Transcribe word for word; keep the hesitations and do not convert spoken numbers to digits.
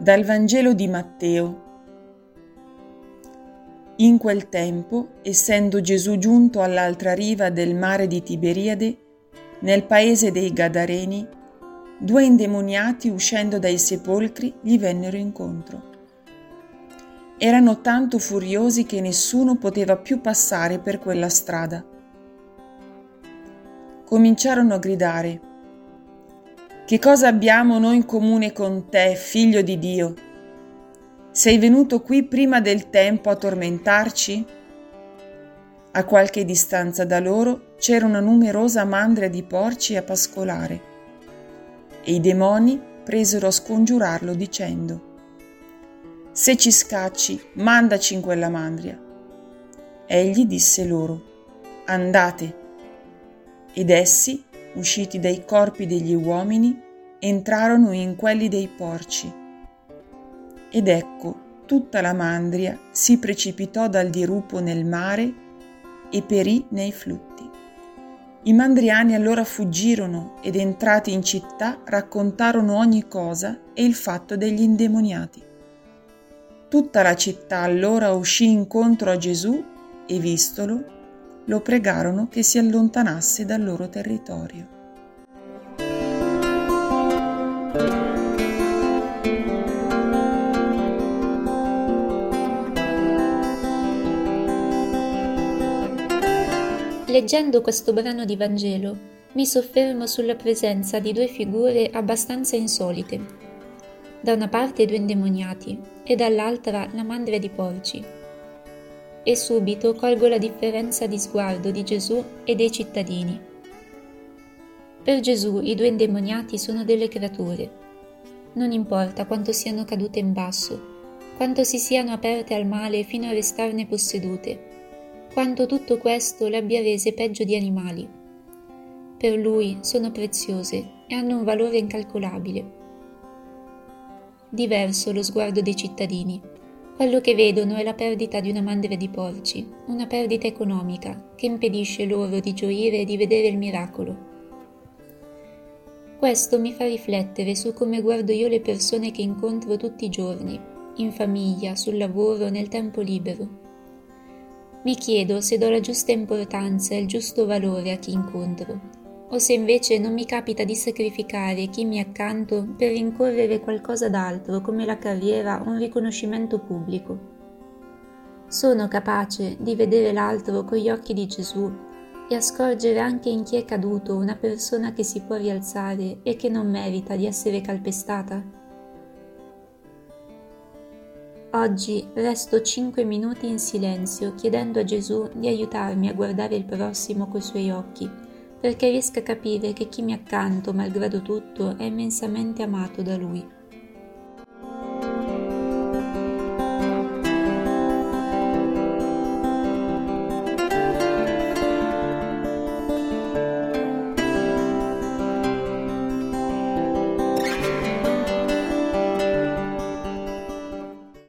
Dal Vangelo di Matteo. In quel tempo, essendo Gesù giunto all'altra riva del mare di Tiberiade, nel paese dei Gadareni, due indemoniati uscendo dai sepolcri gli vennero incontro. Erano tanto furiosi che nessuno poteva più passare per quella strada. Cominciarono a gridare: «Che cosa abbiamo noi in comune con te, figlio di Dio? Sei venuto qui prima del tempo a tormentarci?» A qualche distanza da loro c'era una numerosa mandria di porci a pascolare, e i demoni presero a scongiurarlo dicendo: «Se ci scacci, mandaci in quella mandria». Egli disse loro: «Andate». Ed essi, usciti dai corpi degli uomini, entrarono in quelli dei porci. Ed ecco, tutta la mandria si precipitò dal dirupo nel mare e perì nei flutti. I mandriani allora fuggirono ed entrati in città raccontarono ogni cosa e il fatto degli indemoniati. Tutta la città allora uscì incontro a Gesù e, vistolo, lo pregarono che si allontanasse dal loro territorio. Leggendo questo brano di Vangelo, mi soffermo sulla presenza di due figure abbastanza insolite. Da una parte due indemoniati e dall'altra la mandria di porci. E subito colgo la differenza di sguardo di Gesù e dei cittadini. Per Gesù i due indemoniati sono delle creature. Non importa quanto siano cadute in basso, quanto si siano aperte al male fino a restarne possedute, quanto tutto questo le abbia rese peggio di animali. Per Lui sono preziose e hanno un valore incalcolabile. Diverso lo sguardo dei cittadini. Quello che vedono è la perdita di una mandria di porci, una perdita economica che impedisce loro di gioire e di vedere il miracolo. Questo mi fa riflettere su come guardo io le persone che incontro tutti i giorni, in famiglia, sul lavoro, nel tempo libero. Mi chiedo se do la giusta importanza e il giusto valore a chi incontro, o se invece non mi capita di sacrificare chi mi è accanto per rincorrere qualcosa d'altro come la carriera o un riconoscimento pubblico. Sono capace di vedere l'altro con gli occhi di Gesù e a scorgere anche in chi è caduto una persona che si può rialzare e che non merita di essere calpestata? Oggi resto cinque minuti in silenzio chiedendo a Gesù di aiutarmi a guardare il prossimo coi suoi occhi, perché riesca a capire che chi mi è accanto, malgrado tutto, è immensamente amato da Lui.